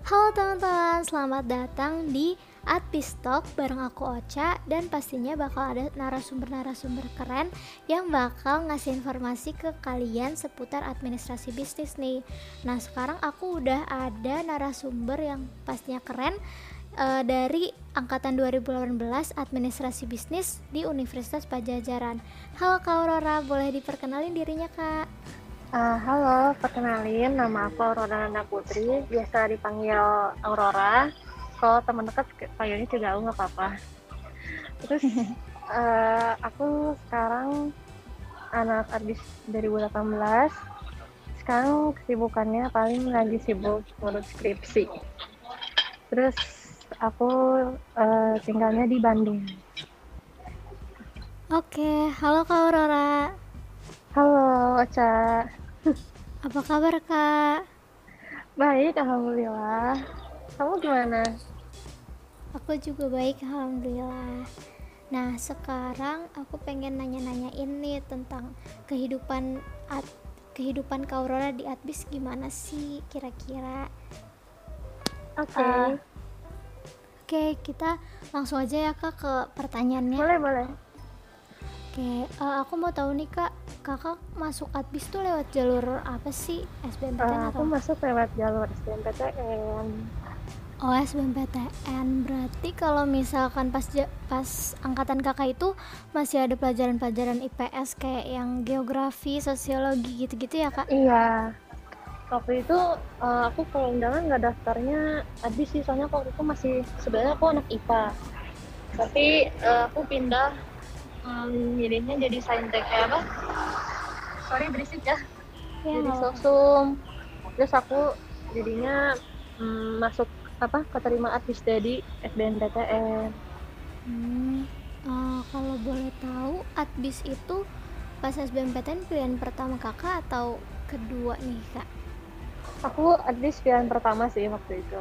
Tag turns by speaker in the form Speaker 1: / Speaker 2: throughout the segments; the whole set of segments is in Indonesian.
Speaker 1: Halo teman-teman, selamat datang di Adbis Talk bareng aku Ocha. Dan pastinya bakal ada narasumber-narasumber keren yang bakal ngasih informasi ke kalian seputar administrasi bisnis nih. Nah sekarang aku udah ada narasumber yang pastinya keren, dari Angkatan 2018 Administrasi Bisnis di Universitas Pajajaran. Halo Kak Aurora, boleh diperkenalin dirinya Kak?
Speaker 2: Halo, perkenalin nama aku Aurora Nana Putri, biasa dipanggil Aurora. Kalau teman dekat panggilnya juga aku nggak apa-apa. Terus aku sekarang anak Ardis 2018. Sekarang kesibukannya paling lagi sibuk ngurus skripsi. Terus aku tinggalnya di Bandung.
Speaker 1: Oke, halo Kak Aurora.
Speaker 2: Halo, Ocha.
Speaker 1: Apa kabar Kak?
Speaker 2: Baik, alhamdulillah. Kamu gimana?
Speaker 1: Aku juga baik, alhamdulillah. Nah, sekarang aku pengen nanya-nanyain nih tentang kehidupan kehidupan Kak Aurora di Adbis gimana sih kira-kira?
Speaker 2: Oke,
Speaker 1: Uh, Oke, kita langsung aja ya Kak ke pertanyaannya.
Speaker 2: boleh boleh.
Speaker 1: Oke, aku mau tahu nih Kak, Kakak masuk Adbis tuh lewat jalur apa sih? SBMPTN
Speaker 2: Aku
Speaker 1: atau?
Speaker 2: masuk lewat jalur SBMPTN.
Speaker 1: Oh, SBMPTN. Berarti kalau misalkan pas angkatan kakak itu masih ada pelajaran-pelajaran IPS kayak yang geografi, sosiologi gitu-gitu ya kak?
Speaker 2: Iya, waktu itu aku kalau undangan nggak daftarnya habis sih, soalnya waktu itu masih sebenarnya aku anak IPA. Tapi aku pindah milihnya jadi saintek kayak apa? Sorry berisik ya.
Speaker 1: Ya
Speaker 2: Jadi
Speaker 1: nggak apa-apa.
Speaker 2: sosum. Terus aku jadinya masuk apa keterima admis jadi SBMPTN.
Speaker 1: Hmm, kalau boleh tahu Adbis itu pas SBMPTN pilihan pertama kakak atau kedua nih kak?
Speaker 2: Aku admis pilihan pertama sih waktu itu.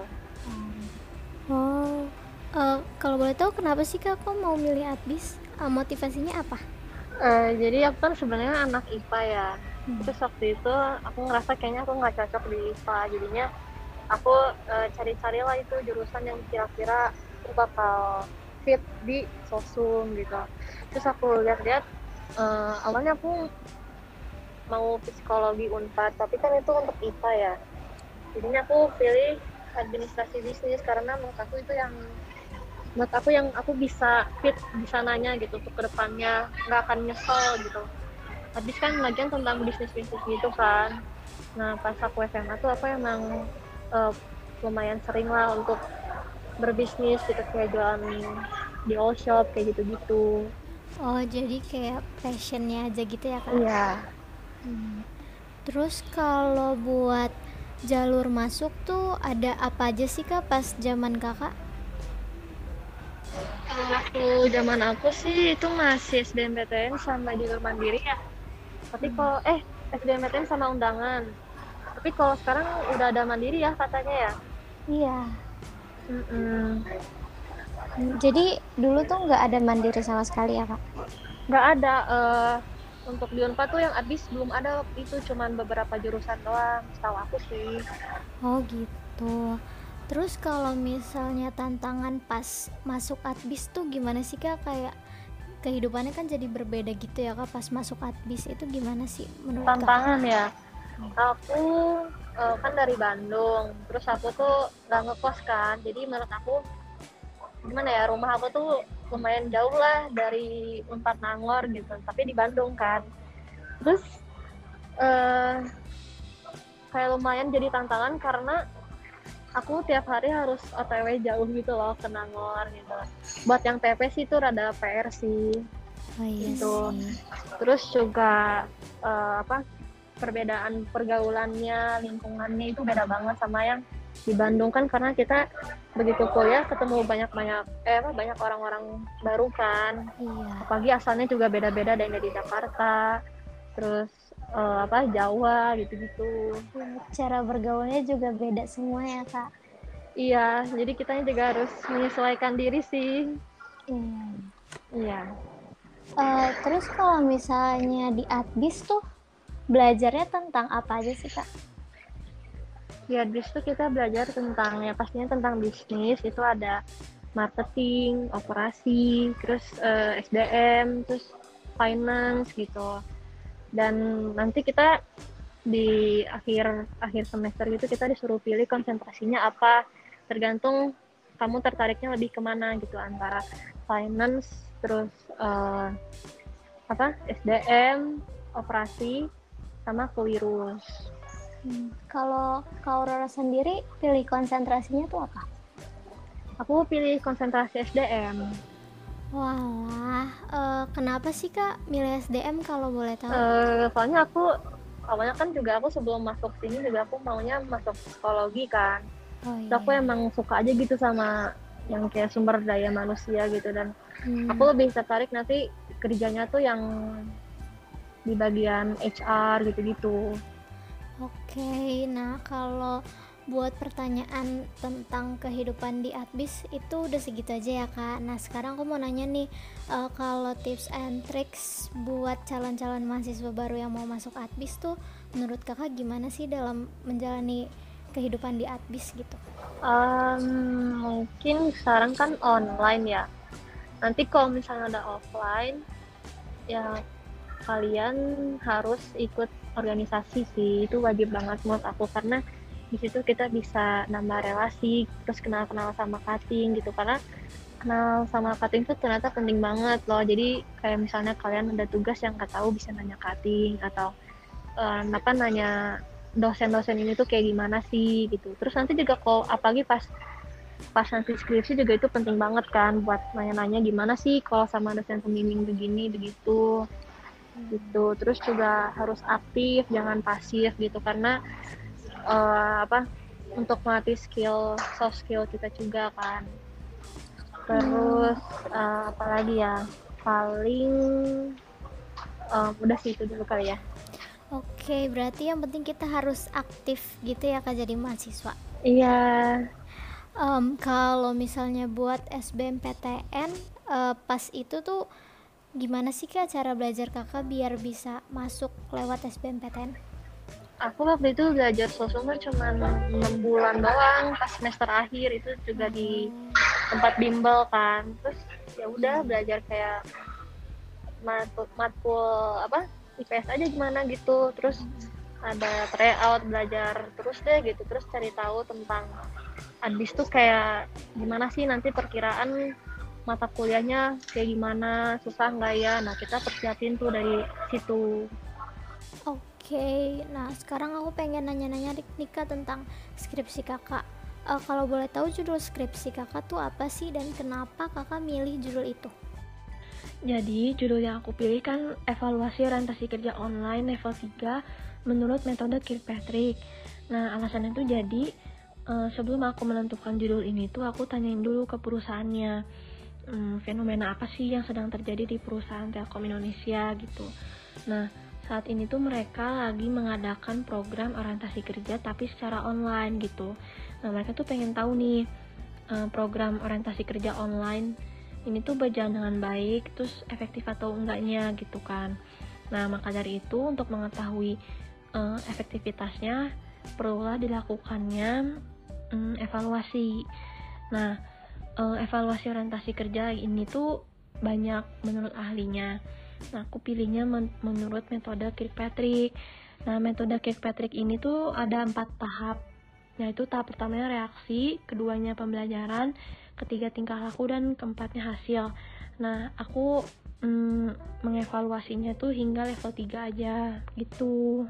Speaker 1: Oh, kalau boleh tahu kenapa sih kak kok mau milih Adbis? Motivasinya apa?
Speaker 2: Jadi aku kan sebenarnya anak IPA ya. Terus waktu itu aku ngerasa kayaknya aku nggak cocok di IPA. Jadinya aku cari-cari lah itu jurusan yang kira-kira aku bakal fit di sosum gitu. Terus aku lihat-lihat, awalnya aku mau psikologi Unpad, tapi kan itu untuk IPA ya. Jadinya aku pilih administrasi bisnis karena menurut aku yang aku bisa fit di sananya gitu untuk kedepannya nggak akan nyesel gitu. Habis kan lagian tentang bisnis-bisnis gitu kan. Nah pas aku SMA tuh aku emang uh, lumayan sering lah untuk berbisnis gitu, kayak jualan di all shop kayak gitu-gitu.
Speaker 1: Oh, jadi kayak passionnya aja gitu ya kak?
Speaker 2: Iya.
Speaker 1: Terus kalau buat jalur masuk tuh ada apa aja sih kak pas zaman kakak?
Speaker 2: Waktu zaman aku sih itu masih SBMPTN sama jalur mandiri ya. Tapi kalau SBMPTN sama undangan. Tapi kalau sekarang udah ada mandiri ya katanya ya.
Speaker 1: Iya.
Speaker 2: Mm-mm.
Speaker 1: Jadi dulu tuh nggak ada mandiri sama sekali ya kak?
Speaker 2: Nggak ada, untuk di Unpad tuh yang habis belum ada waktu itu, cuman beberapa jurusan doang setahu aku sih.
Speaker 1: Oh gitu. Terus kalau misalnya tantangan pas masuk Adbis tuh gimana sih kak? Kayak kehidupannya kan jadi berbeda gitu ya kak pas masuk Adbis itu gimana sih menurut kakak?
Speaker 2: Tantangan ya, aku kan dari Bandung, terus aku tuh nggak ngekos kan, jadi menurut aku gimana ya, rumah aku tuh lumayan jauh lah dari Unpad Nangor gitu, tapi di Bandung kan. Terus eh, kayak lumayan jadi tantangan karena aku tiap hari harus OTW jauh gitu loh ke Nangor gitu. Buat yang TP sih itu rada PR sih
Speaker 1: Oh iya
Speaker 2: gitu.
Speaker 1: sih.
Speaker 2: Terus juga apa, perbedaan pergaulannya, lingkungannya itu beda banget sama yang di Bandung kan, karena kita begitu kuliah ketemu banyak orang-orang baru kan.
Speaker 1: Iya.
Speaker 2: Apalagi asalnya juga beda-beda, ada yang dari Jakarta, terus apa Jawa gitu-gitu.
Speaker 1: Ya, cara bergaulnya juga beda semua ya kak.
Speaker 2: Iya, jadi kitanya juga harus menyesuaikan diri sih.
Speaker 1: Iya.
Speaker 2: Iya.
Speaker 1: Terus kalau misalnya di Adbis tuh belajarnya tentang apa aja sih kak?
Speaker 2: Di Adbis tuh kita belajar tentang, ya pastinya tentang bisnis, itu ada marketing, operasi, terus SDM, terus finance gitu. Dan nanti kita di akhir akhir semester gitu kita disuruh pilih konsentrasinya apa, tergantung kamu tertariknya lebih kemana gitu, antara finance, terus SDM, operasi, sama kewirus.
Speaker 1: Kalau Kak Aurora sendiri pilih konsentrasinya tuh apa?
Speaker 2: Aku pilih konsentrasi SDM.
Speaker 1: Walah, kenapa sih Kak milih SDM kalau boleh tahu?
Speaker 2: Soalnya awalnya kan juga aku sebelum masuk sini juga aku maunya masuk psikologi kan.
Speaker 1: Oh
Speaker 2: Terus aku
Speaker 1: iya.
Speaker 2: emang suka aja gitu sama yang kayak sumber daya manusia gitu, dan aku lebih tertarik nanti kerjanya tuh yang di bagian HR gitu-gitu.
Speaker 1: Oke, nah kalau buat pertanyaan tentang kehidupan di Adbis itu udah segitu aja ya Kak. Nah sekarang aku mau nanya nih, kalau tips and tricks buat calon-calon mahasiswa baru yang mau masuk Adbis tuh menurut Kakak gimana sih dalam menjalani kehidupan di Adbis gitu?
Speaker 2: Mungkin sekarang kan online ya. Nanti kalau misalnya ada offline, ya kalian harus ikut organisasi sih, itu wajib banget menurut aku, karena di situ kita bisa nambah relasi, terus kenal-kenal sama cutting gitu, karena kenal sama cutting tuh ternyata penting banget loh. Jadi kayak misalnya kalian ada tugas yang nggak tahu, bisa nanya cutting, atau nanya dosen-dosen ini tuh kayak gimana sih gitu. Terus nanti juga kalau apalagi pas nanti skripsi juga itu penting banget kan, buat nanya-nanya gimana sih kalau sama dosen pembimbing begini begitu gitu. Terus juga harus aktif, jangan pasif gitu, karena untuk melatih soft skill kita juga kan. Terus apalagi ya, paling udah sih itu dulu kali ya.
Speaker 1: Oke, berarti yang penting kita harus aktif gitu ya Kak jadi mahasiswa.
Speaker 2: Iya.
Speaker 1: Kalau misalnya buat SBMPTN pas itu tuh gimana sih Kak cara belajar Kakak biar bisa masuk lewat SBMPTN?
Speaker 2: Aku waktu itu belajar sosum cuma 6 bulan doang, pas semester akhir itu juga di tempat bimbel kan. Terus ya udah belajar kayak matkul IPS aja gimana gitu. Terus ada tryout, belajar terus deh gitu. Terus cari tahu tentang Adbis tuh kayak gimana sih, nanti perkiraan mata kuliahnya kayak gimana, susah nggak ya. Nah kita persiapin tuh dari situ.
Speaker 1: Oke, nah sekarang aku pengen nanya-nanya nih Kak tentang skripsi Kakak. Kalau boleh tahu judul skripsi Kakak tuh apa sih dan kenapa Kakak milih judul itu?
Speaker 3: Jadi judul yang aku pilih kan evaluasi orientasi kerja online level 3 menurut metode Kirkpatrick. Nah alasannya tuh jadi sebelum aku menentukan judul ini tuh aku tanyain dulu ke perusahaannya, fenomena apa sih yang sedang terjadi di perusahaan Telkom Indonesia gitu. Nah saat ini tuh mereka lagi mengadakan program orientasi kerja tapi secara online gitu. Nah mereka tuh pengen tahu nih program orientasi kerja online ini tuh berjalan dengan baik, terus efektif atau enggaknya gitu kan. Nah maka dari itu untuk mengetahui efektivitasnya perlulah dilakukannya evaluasi. Nah evaluasi orientasi kerja ini tuh banyak menurut ahlinya. Nah aku pilihnya menurut metode Kirkpatrick. Nah metode Kirkpatrick ini tuh ada 4 tahap, yaitu tahap pertamanya reaksi, keduanya pembelajaran, ketiga tingkah laku, dan keempatnya hasil. Nah aku mengevaluasinya tuh hingga level 3 aja gitu.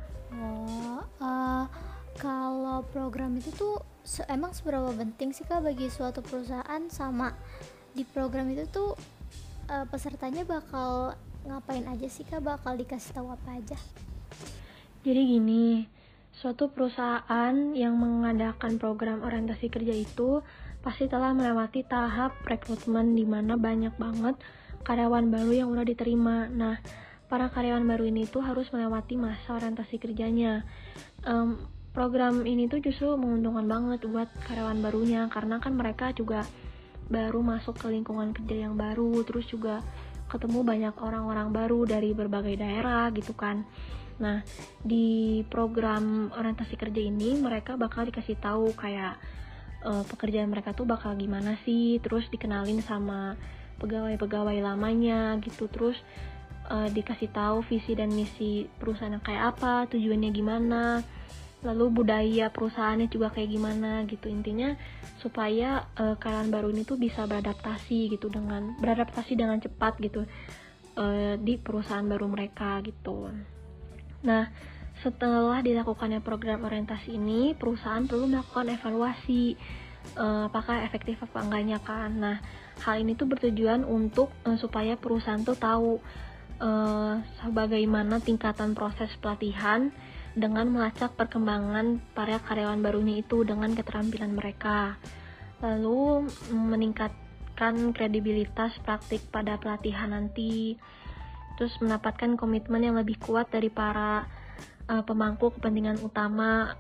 Speaker 1: Kalau program itu tuh emang seberapa penting sih Kak bagi suatu perusahaan, sama di program itu tuh pesertanya bakal ngapain aja sih Kak, bakal dikasih tahu apa aja?
Speaker 3: Jadi gini, suatu perusahaan yang mengadakan program orientasi kerja itu pasti telah melewati tahap rekrutmen di mana banyak banget karyawan baru yang udah diterima. Nah, para karyawan baru ini tuh harus melewati masa orientasi kerjanya. Program ini tuh justru menguntungkan banget buat karyawan barunya, karena kan mereka juga baru masuk ke lingkungan kerja yang baru, terus juga ketemu banyak orang-orang baru dari berbagai daerah gitu kan. Nah, di program orientasi kerja ini mereka bakal dikasih tahu kayak pekerjaan mereka tuh bakal gimana sih, terus dikenalin sama pegawai-pegawai lamanya gitu, terus dikasih tahu visi dan misi perusahaan kayak apa, tujuannya gimana, lalu budaya perusahaannya juga kayak gimana gitu. Intinya supaya karyawan baru ini tuh bisa beradaptasi dengan cepat gitu di perusahaan baru mereka gitu. Nah, setelah dilakukannya program orientasi ini, perusahaan perlu melakukan evaluasi apakah efektif apa enggaknya kan. Nah, hal ini tuh bertujuan untuk supaya perusahaan tuh tahu bagaimana tingkatan proses pelatihan dengan melacak perkembangan para karyawan barunya itu dengan keterampilan mereka. Lalu meningkatkan kredibilitas praktik pada pelatihan nanti. Terus mendapatkan komitmen yang lebih kuat dari para pemangku kepentingan utama.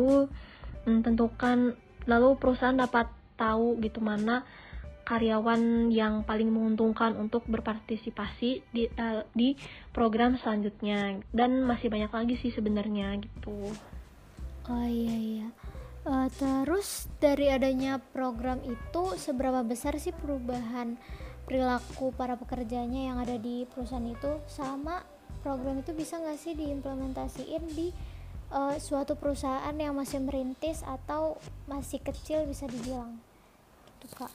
Speaker 3: Lalu perusahaan dapat tahu gitu mana karyawan yang paling menguntungkan untuk berpartisipasi di program selanjutnya, dan masih banyak lagi sih sebenarnya gitu.
Speaker 1: Oh iya. Terus dari adanya program itu seberapa besar sih perubahan perilaku para pekerjanya yang ada di perusahaan itu, sama program itu bisa nggak sih diimplementasiin di suatu perusahaan yang masih merintis atau masih kecil bisa dibilang gitu Kak?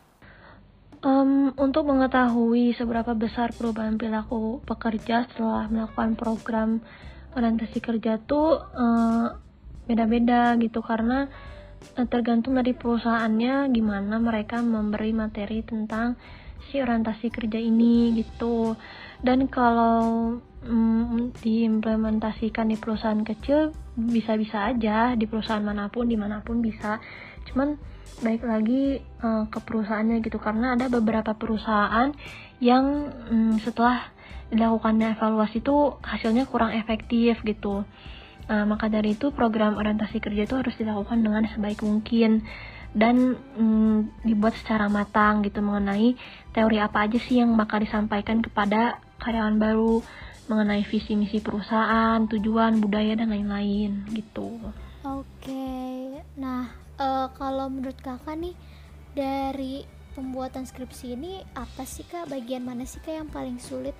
Speaker 3: Untuk mengetahui seberapa besar perubahan perilaku pekerja setelah melakukan program orientasi kerja tuh beda-beda gitu, karena tergantung dari perusahaannya gimana mereka memberi materi tentang si orientasi kerja ini gitu. Dan kalau diimplementasikan di perusahaan kecil bisa-bisa aja, di perusahaan manapun dimanapun bisa, cuman baik lagi ke perusahaannya gitu, karena ada beberapa perusahaan yang setelah dilakukannya evaluasi itu hasilnya kurang efektif gitu. Maka dari itu program orientasi kerja itu harus dilakukan dengan sebaik mungkin dan dibuat secara matang gitu, mengenai teori apa aja sih yang bakal disampaikan kepada karyawan baru, mengenai visi misi perusahaan, tujuan, budaya, dan lain-lain gitu.
Speaker 1: Oke. Nah, kalau menurut kakak nih, dari pembuatan skripsi ini apa sih Kak, bagian mana sih Kak yang paling sulit?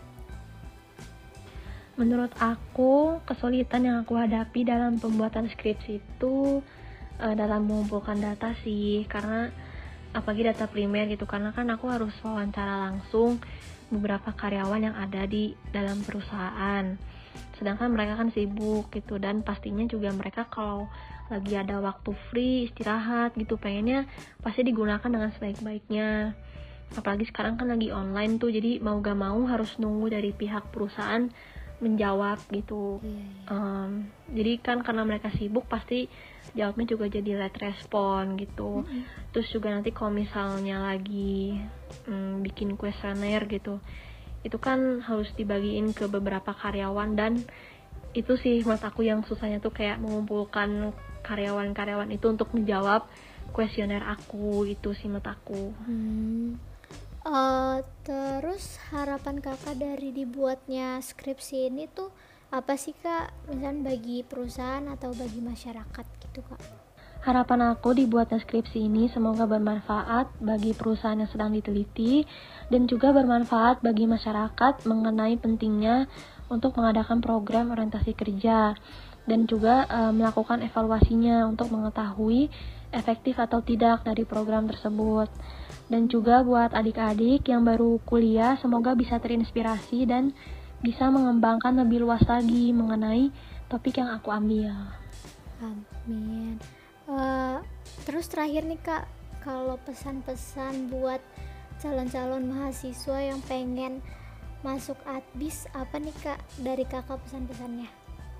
Speaker 3: Menurut aku, kesulitan yang aku hadapi dalam pembuatan skripsi itu dalam mengumpulkan data sih, karena apalagi data primer gitu, karena kan aku harus wawancara langsung beberapa karyawan yang ada di dalam perusahaan, sedangkan mereka kan sibuk gitu, dan pastinya juga mereka kalau lagi ada waktu free istirahat gitu pengennya pasti digunakan dengan sebaik-baiknya. Apalagi sekarang kan lagi online tuh, jadi mau gak mau harus nunggu dari pihak perusahaan menjawab gitu. Jadi kan karena mereka sibuk pasti jawabnya juga jadi late respon gitu. Terus juga nanti kalau misalnya lagi bikin kuesioner gitu, itu kan harus dibagiin ke beberapa karyawan, dan itu sih menurut aku yang susahnya tuh kayak mengumpulkan karyawan-karyawan itu untuk menjawab kuesioner aku, itu sih menurut aku.
Speaker 1: Terus harapan kakak dari dibuatnya skripsi ini tuh apa sih Kak? Misalnya bagi perusahaan atau bagi masyarakat gitu Kak?
Speaker 3: Harapan aku dibuatnya skripsi ini semoga bermanfaat bagi perusahaan yang sedang diteliti, dan juga bermanfaat bagi masyarakat mengenai pentingnya untuk mengadakan program orientasi kerja, dan juga melakukan evaluasinya untuk mengetahui efektif atau tidak dari program tersebut. Dan juga buat adik-adik yang baru kuliah, semoga bisa terinspirasi dan bisa mengembangkan lebih luas lagi mengenai topik yang aku ambil.
Speaker 1: Amin. Terus terakhir nih Kak, kalau pesan-pesan buat calon-calon mahasiswa yang pengen masuk ADBIS apa nih Kak, dari kakak pesan-pesannya?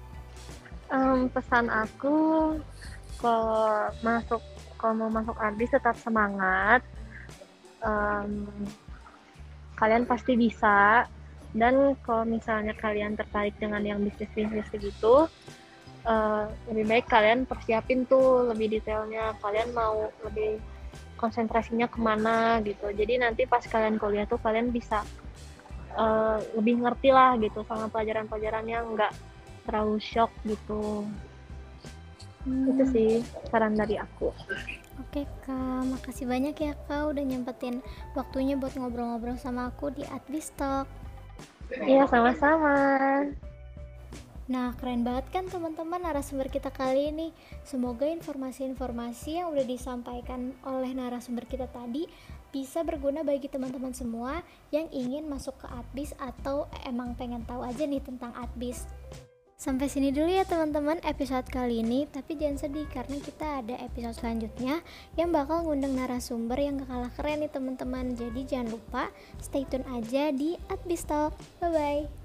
Speaker 2: Pesan aku, kalau mau masuk ADBIS tetap semangat. Kalian pasti bisa, dan kalau misalnya kalian tertarik dengan yang bisnis gitu, lebih baik kalian persiapin tuh lebih detailnya, kalian mau lebih konsentrasinya kemana gitu, jadi nanti pas kalian kuliah tuh kalian bisa lebih ngerti lah gitu sama pelajaran-pelajarannya, nggak terlalu shock gitu. Itu sih saran dari aku.
Speaker 1: Oke Kak, makasih banyak ya Kak udah nyempetin waktunya buat ngobrol-ngobrol sama aku di Advistalk.
Speaker 2: Iya, sama-sama.
Speaker 1: Nah, keren banget kan teman-teman narasumber kita kali ini. Semoga informasi-informasi yang udah disampaikan oleh narasumber kita tadi bisa berguna bagi teman-teman semua yang ingin masuk ke Advis atau emang pengen tahu aja nih tentang Advis. Sampai sini dulu ya teman-teman episode kali ini, tapi jangan sedih karena kita ada episode selanjutnya yang bakal ngundang narasumber yang gak kalah keren nih teman-teman. Jadi jangan lupa stay tune aja di Advistalk. Bye-bye.